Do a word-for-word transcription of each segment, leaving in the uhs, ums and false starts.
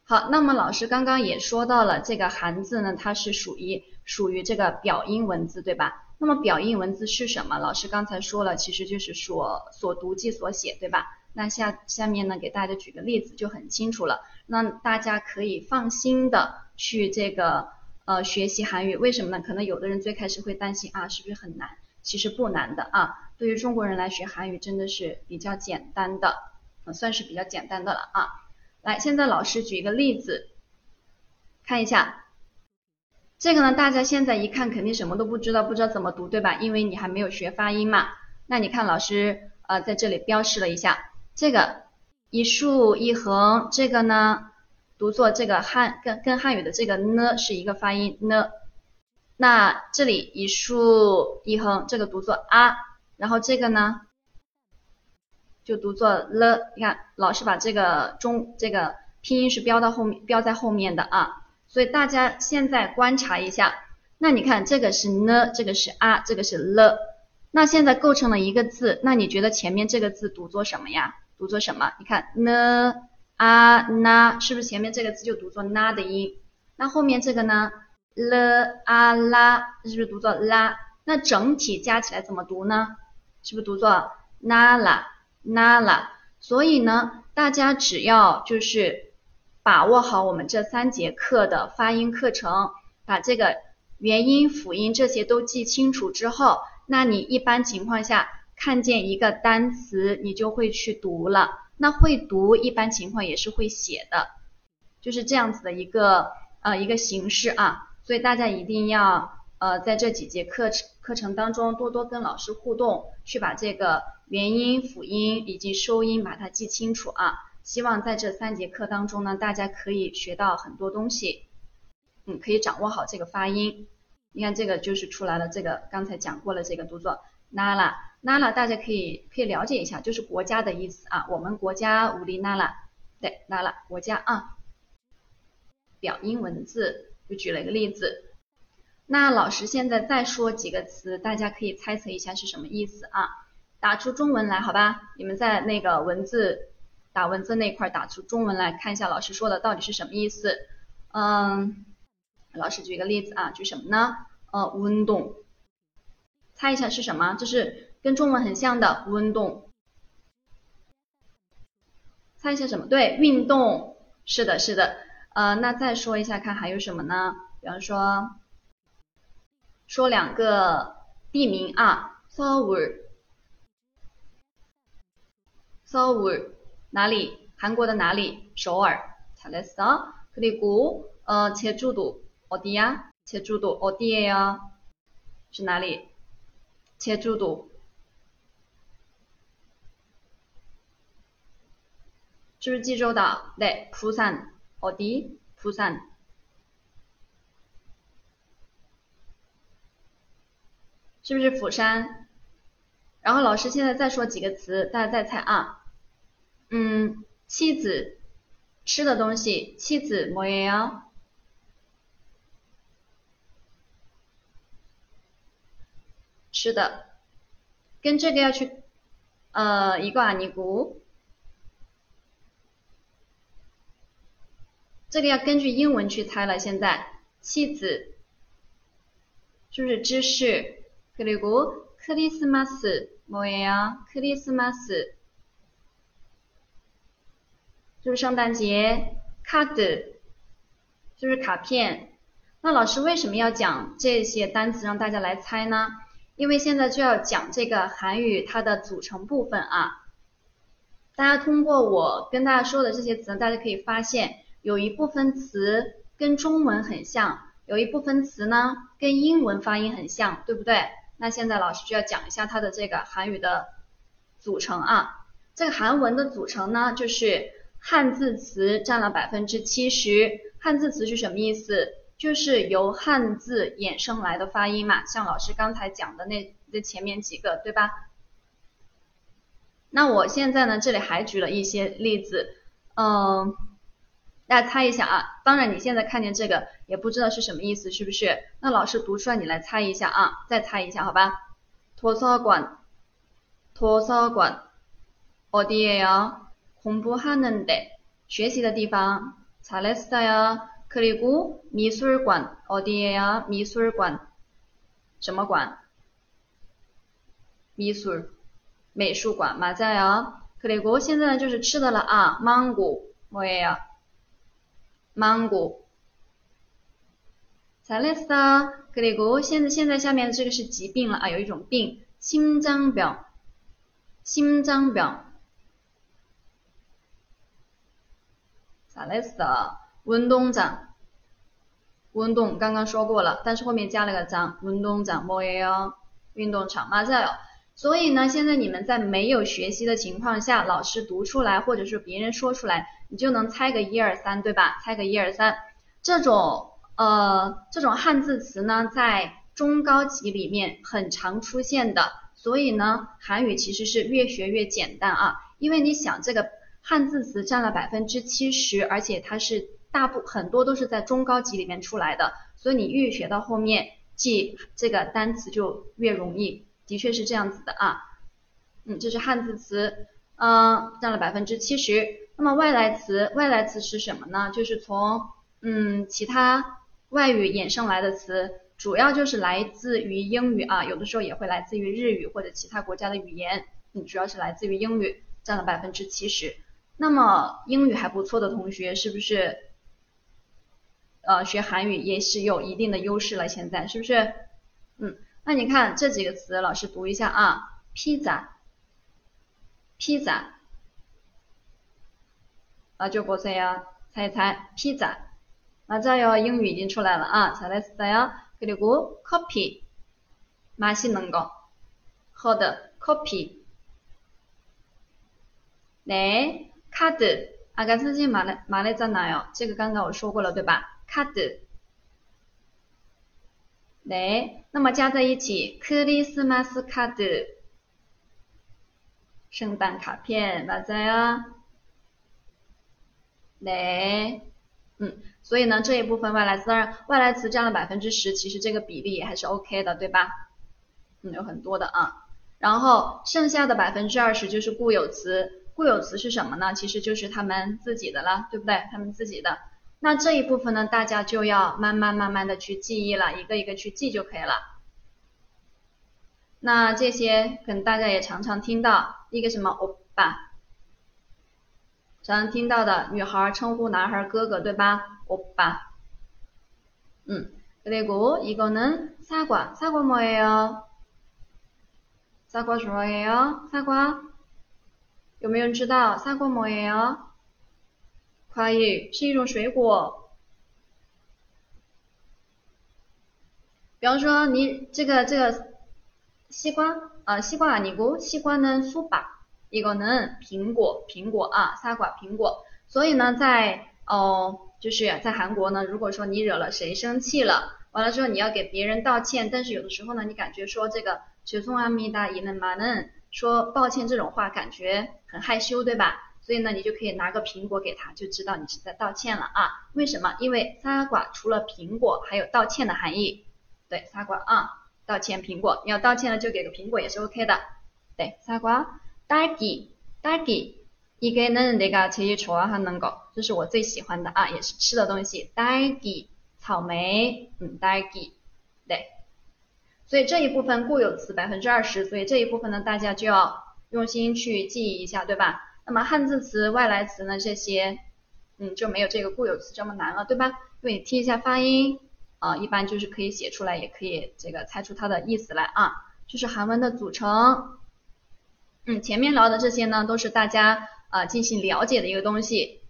好，那么老师刚刚也说到了，这个汉字呢，它是属于属于这个表音文字，对吧？那么表音文字是什么？老师刚才说了，其实就是所所读即所写，对吧？那下下面呢，给大家举个例子就很清楚了。那大家可以放心的去这个呃学习韩语，为什么呢？可能有的人最开始会担心啊，是不是很难？其实不难的啊，对于中国人来学韩语真的是比较简单的，呃、算是比较简单的了啊。来，现在老师举一个例子，看一下。这个呢，大家现在一看肯定什么都不知道，不知道怎么读，对吧？因为你还没有学发音嘛。那你看老师呃在这里标示了一下，这个一竖一横，这个呢读作这个汉跟跟汉语的这个呢是一个发音呢。那这里一竖一横，这个读作啊，然后这个呢就读作了。你看老师把这个中这个拼音是标到后面，标在后面的啊。所以大家现在观察一下，那你看这个是呢，这个是啊，这个是了，那现在构成了一个字，那你觉得前面这个字读作什么呀？读作什么？你看呢啊那，是不是前面这个字就读作那的音？那后面这个呢了啊啦，是不是读作啦？那整体加起来怎么读呢？是不是读作那啦那啦？所以呢，大家只要就是把握好我们这三节课的发音课程，把这个元音辅音这些都记清楚之后，那你一般情况下看见一个单词你就会去读了，那会读一般情况也是会写的，就是这样子的一个呃一个形式啊。所以大家一定要呃在这几节课课程当中多多跟老师互动，去把这个元音辅音以及收音把它记清楚啊。希望在这三节课当中呢，大家可以学到很多东西，嗯，可以掌握好这个发音。你看这个就是出来了，这个刚才讲过了，这个读作 Nala，Nala 大家可以可以了解一下，就是国家的意思啊，我们国家우리 Nala，对 Nala 国家啊。表音文字就举了一个例子。那老师现在再说几个词，大家可以猜测一下是什么意思啊？打出中文来好吧，你们在那个文字打文字那块打出中文来，看一下老师说的到底是什么意思。嗯，老师举一个例子啊，举什么呢？呃，运动，猜一下是什么？这是跟中文很像的运动，猜一下什么？对，运动，是的，是的。呃，那再说一下看还有什么呢？比方说，说两个地名啊，서울，서울哪里？韩国的哪里？首尔。잘했어。그리고 어 제주도 어디야? 제주도 어디예요? 是哪里？ 제주도 是不是济州岛？对，釜山어디？ 釜山是不是釜山？然后老师现在再说几个词，大家再猜啊。嗯，妻子，吃的东西，妻子뭐예요？吃的，跟这个要去呃一个아니고，这个要根据英文去猜了。现在妻子是不是芝士？그리고 크리스마스 뭐예요？ 크리스마스就是圣诞节。카드就是卡片。那老师为什么要讲这些单词让大家来猜呢？因为现在就要讲这个韩语它的组成部分啊。大家通过我跟大家说的这些词，大家可以发现有一部分词跟中文很像，有一部分词呢跟英文发音很像，对不对？那现在老师就要讲一下它的这个韩语的组成啊。这个韩文的组成呢，就是汉字词占了百分之七十。汉字词是什么意思？就是由汉字衍生来的发音嘛，像老师刚才讲的那那前面几个，对吧？那我现在呢，这里还举了一些例子，嗯，大家猜一下啊。当然你现在看见这个也不知道是什么意思，是不是？那老师读出来你来猜一下啊，再猜一下好吧。도서관， 도서관 어디예요？공부하는데学习的地方。 잘했어요. 그리고 미술관 어디예요? 미술관 什么馆? 미술 美术馆 맞아요. 그리고 现在呢就是吃的了啊 망고 뭐예요? 망고 잘했어. 그리고 现在现在下面的这个是疾病了啊，有一种病 심장병 심장병 잘했어. 운동장运动刚刚说过了，但是后面加了个장运动장 뭐예요?运动场 맞아요. 所以呢，现在你们在没有学习的情况下，老师读出来或者是别人说出来，你就能猜个一二三，对吧？猜个一二三。这种呃这种汉字词呢，在中高级里面很常出现的，所以呢，韩语其实是越学越简单啊。因为你想，这个汉字词占了百分之七十，而且它是大部很多都是在中高级里面出来的，所以你越学到后面，记这个单词就越容易。的确是这样子的啊，嗯，这是汉字词，嗯，占了百分之七十。那么外来词，外来词是什么呢？就是从嗯其他外语衍生来的词，主要就是来自于英语啊，有的时候也会来自于日语或者其他国家的语言，嗯，主要是来自于英语，占了百分之七十。那么英语还不错的同学，是不是呃学韩语也是有一定的优势了？现在是不是？嗯。那你看这几个词，老师读一下啊，披萨，披萨，啊，就보세요，猜一猜，披萨，맞아요，英语已经出来了啊，잘했어요。그리고 커피，맛있는 거，喝的 커피，네，카드，아까 선생님 말 말했잖아요，这个刚刚我说过了，对吧？카드。네，那么加在一起，크리스마스 카드，圣诞卡片，맞아요。네，嗯，所以呢这一部分外来词，当然外来词占了百分之十，其实这个比例也还是 OK 的，对吧？嗯，有很多的啊。然后剩下的百分之二十就是固有词，固有词是什么呢？其实就是他们自己的了，对不对？他们自己的。那这一部分呢，大家就要慢慢慢慢的去记忆了，一个一个去记就可以了。那这些可能大家也常常听到，一个什么欧巴，常常听到的女孩称呼男孩哥哥，对吧？欧巴。嗯，그리고 이거는 사과, 사과 뭐예요? 사과 좋아해요? 사과? 有没有人知道 사과 뭐예요? 과일是一种水果，比方说你这个这个西瓜啊，西瓜아니고西瓜呢수박，이거는苹果苹果啊，사과苹果。所以呢，在哦就是在韩国呢，如果说你惹了谁生气了，完了之后你要给别人道歉，但是有的时候呢，你感觉说这个죄송합니다 이는 말은说抱歉这种话感觉很害羞，对吧？所以呢，你就可以拿个苹果给他，就知道你是在道歉了啊。为什么？因为사과除了苹果，还有道歉的含义。对，사과啊，道歉苹果，你要道歉了就给个苹果也是 OK 的。对，사과 딸기， 딸기， 이게는 내가 제일 좋아하는 거， 这是我最喜欢的啊，也是吃的东西。딸기， 草莓，嗯，딸기， 对。所以这一部分固有词百分之二十，所以这一部分呢，大家就要用心去记忆一下，对吧？那么汉字词、外来词呢，这些，嗯，就没有这个固有词这么难了，对吧？因为你听一下发音，啊、呃，一般就是可以写出来，也可以这个猜出它的意思来啊。这是韩文的组成，嗯，前面聊的这些呢，都是大家啊、呃、进行了解的一个东西。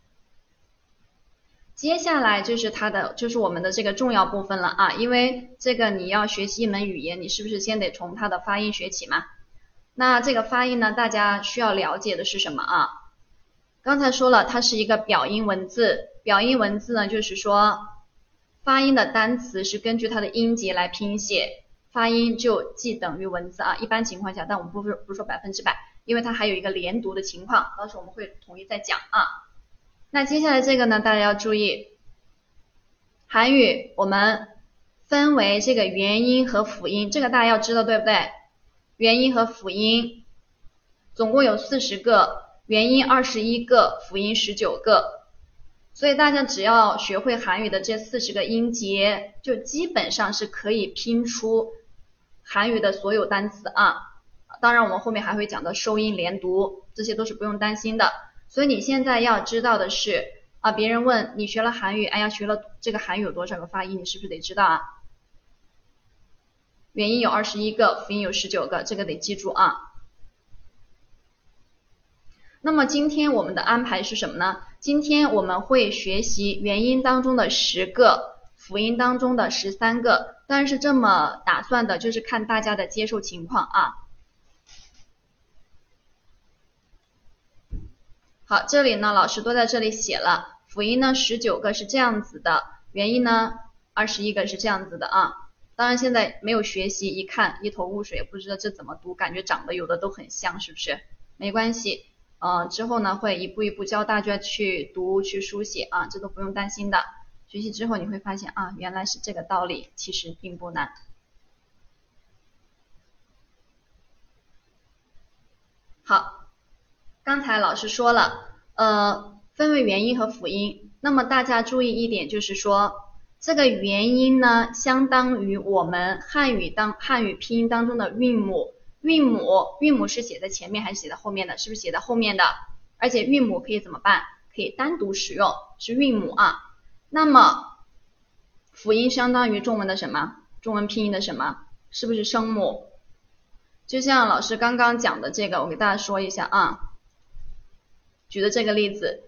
接下来就是它的，就是我们的这个重要部分了啊，因为这个你要学习一门语言，你是不是先得从它的发音学起嘛？那这个发音呢，大家需要了解的是什么啊？刚才说了，它是一个表音文字，表音文字呢，就是说发音的单词是根据它的音节来拼写，发音就既等于文字啊。一般情况下，但我们不是不是说百分之百，因为它还有一个连读的情况，到时候我们会统一再讲啊。那接下来这个呢，大家要注意，韩语我们分为这个元音和辅音，这个大家要知道，对不对？元音和辅音总共有四十个，元音二十一个，辅音十九个。 所以大家只要学会韩语的这四十个音节，就基本上是可以拼出韩语的所有单词啊。当然我们后面还会讲到收音连读，这些都是不用担心的。所以你现在要知道的是啊，别人问你学了韩语，哎呀，学了这个韩语有多少个发音，你是不是得知道啊？元音有二十一个，辅音有十九个，这个得记住啊。那么今天我们的安排是什么呢？今天我们会学习元音当中的十个，辅音当中的十三个，当然是这么打算的，就是看大家的接受情况啊。好，这里呢老师都在这里写了，辅音呢十九个是这样子的，元音呢二十一个是这样子的啊。当然现在没有学习，一看一头雾水，不知道这怎么读，感觉长得有的都很像，是不是？没关系，呃，之后呢会一步一步教大家去读去书写啊，这都不用担心的。学习之后你会发现啊，原来是这个道理，其实并不难。好，刚才老师说了，呃，分为元音和辅音。那么大家注意一点，就是说这个元音呢，相当于我们汉语当汉语拼音当中的韵母。韵母，韵母是写在前面还是写在后面的？是不是写在后面的？而且韵母可以怎么办？可以单独使用，是韵母啊。那么辅音相当于中文的什么？中文拼音的什么？是不是声母？就像老师刚刚讲的这个，我给大家说一下啊。举的这个例子，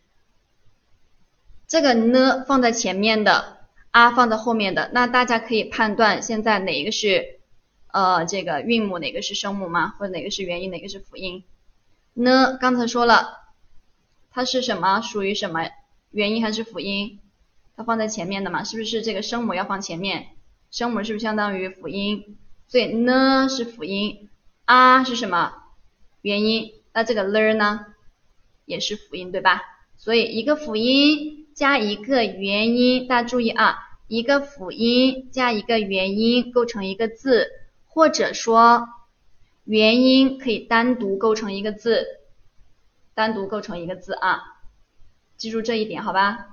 这个呢放在前面的，啊放在后面的，那大家可以判断现在哪一个是呃这个韵母，哪个是声母吗？或者哪个是元音，哪个是辅音？呢刚才说了，它是什么？属于什么？元音还是辅音？它放在前面的嘛，是不是这个声母要放前面？声母是不是相当于辅音？所以呢是辅音，啊是什么？元音。那这个了呢也是辅音，对吧？所以一个辅音加一个元音，大家注意啊，一个辅音加一个元音构成一个字，或者说元音可以单独构成一个字，单独构成一个字啊，记住这一点好吧？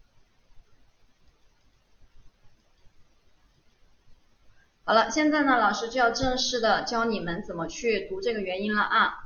好了，现在呢老师就要正式的教你们怎么去读这个元音了啊。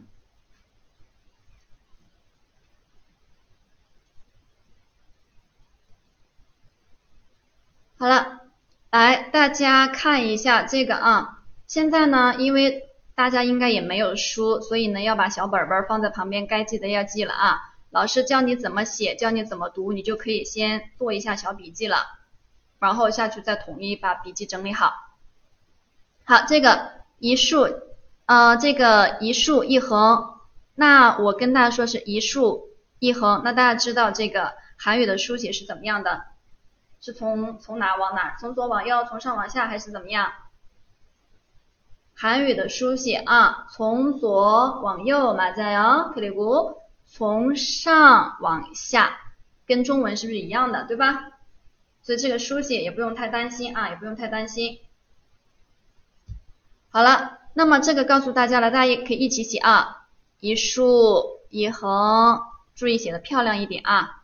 好了，来大家看一下这个啊，现在呢因为大家应该也没有书，所以呢要把小本本放在旁边，该记的要记了啊。老师教你怎么写，教你怎么读，你就可以先做一下小笔记了，然后下去再统一把笔记整理好。好，这个一竖呃这个一竖一横，那我跟大家说是一竖一横，那大家知道这个韩语的书写是怎么样的？是从从哪往哪？从左往右，从上往下，还是怎么样？韩语的书写啊，从左往右맞아요，그리고从上往下，跟中文是不是一样的，对吧？所以这个书写也不用太担心啊，也不用太担心。好了，那么这个告诉大家了，大家也可以一起写啊，一竖一横，注意写的漂亮一点啊。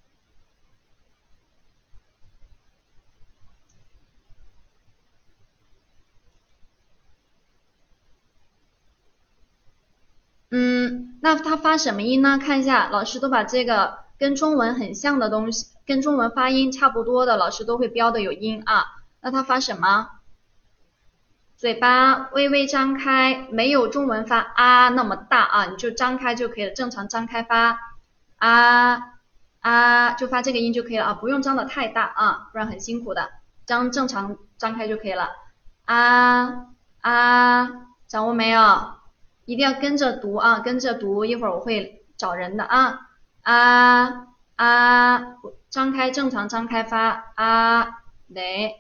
嗯，那它发什么音呢？看一下，老师都把这个跟中文很像的东西，跟中文发音差不多的，老师都会标的有音啊。那它发什么？嘴巴微微张开，没有中文发啊那么大啊，你就张开就可以了，正常张开发啊啊，就发这个音就可以了啊，不用张的太大啊，不然很辛苦的，张正常张开就可以了。啊啊，掌握没有？一定要跟着读啊，跟着读，一会儿我会找人的啊啊啊，张开正常张开发啊嘞。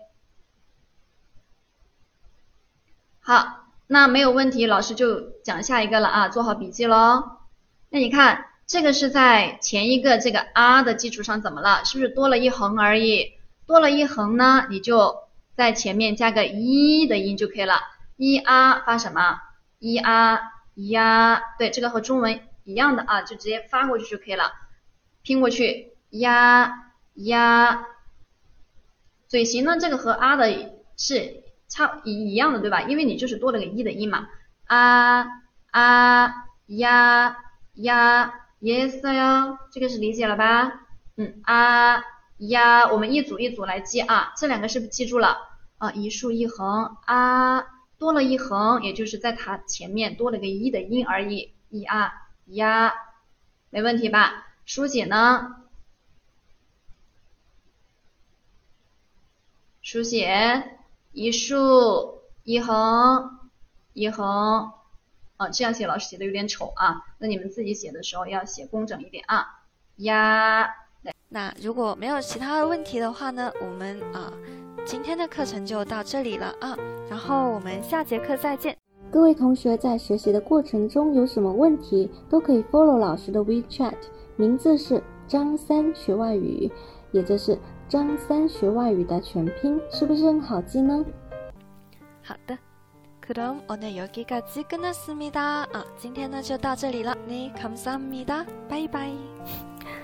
好，那没有问题，老师就讲下一个了啊，做好笔记咯。那你看这个是在前一个这个啊的基础上怎么了？是不是多了一横而已？多了一横呢，你就在前面加个一的音就可以了。一啊发什么？一啊一啊，对，这个和中文一样的啊，就直接发过去就可以了，拼过去呀呀。嘴型呢，这个和啊的是差一一样的，对吧？因为你就是多了个一的音嘛。啊啊呀呀，也是哟，这个是理解了吧？嗯，啊呀，我们一组一组来记啊，这两个是不是记住了啊？一竖一横啊，多了一横，也就是在它前面多了个一的音而已。一啊呀，没问题吧？书写呢？书写一竖一横一横，啊，这样写老师写的有点丑啊，那你们自己写的时候要写工整一点啊。呀， 那如果没有其他的问题的话呢，我们啊今天的课程就到这里了啊，然后我们下节课再见。 各位同学在学习的过程中有什么问题，都可以 follow 老师的 WeChat， 名字是张三学外语，也就是张三学外语的全拼，是不是很好记呢？ 好的，그럼 오늘 여기까지 끝났습니다. 아, 今天呢就到这里了. 네, 감사합니다. 바이바이.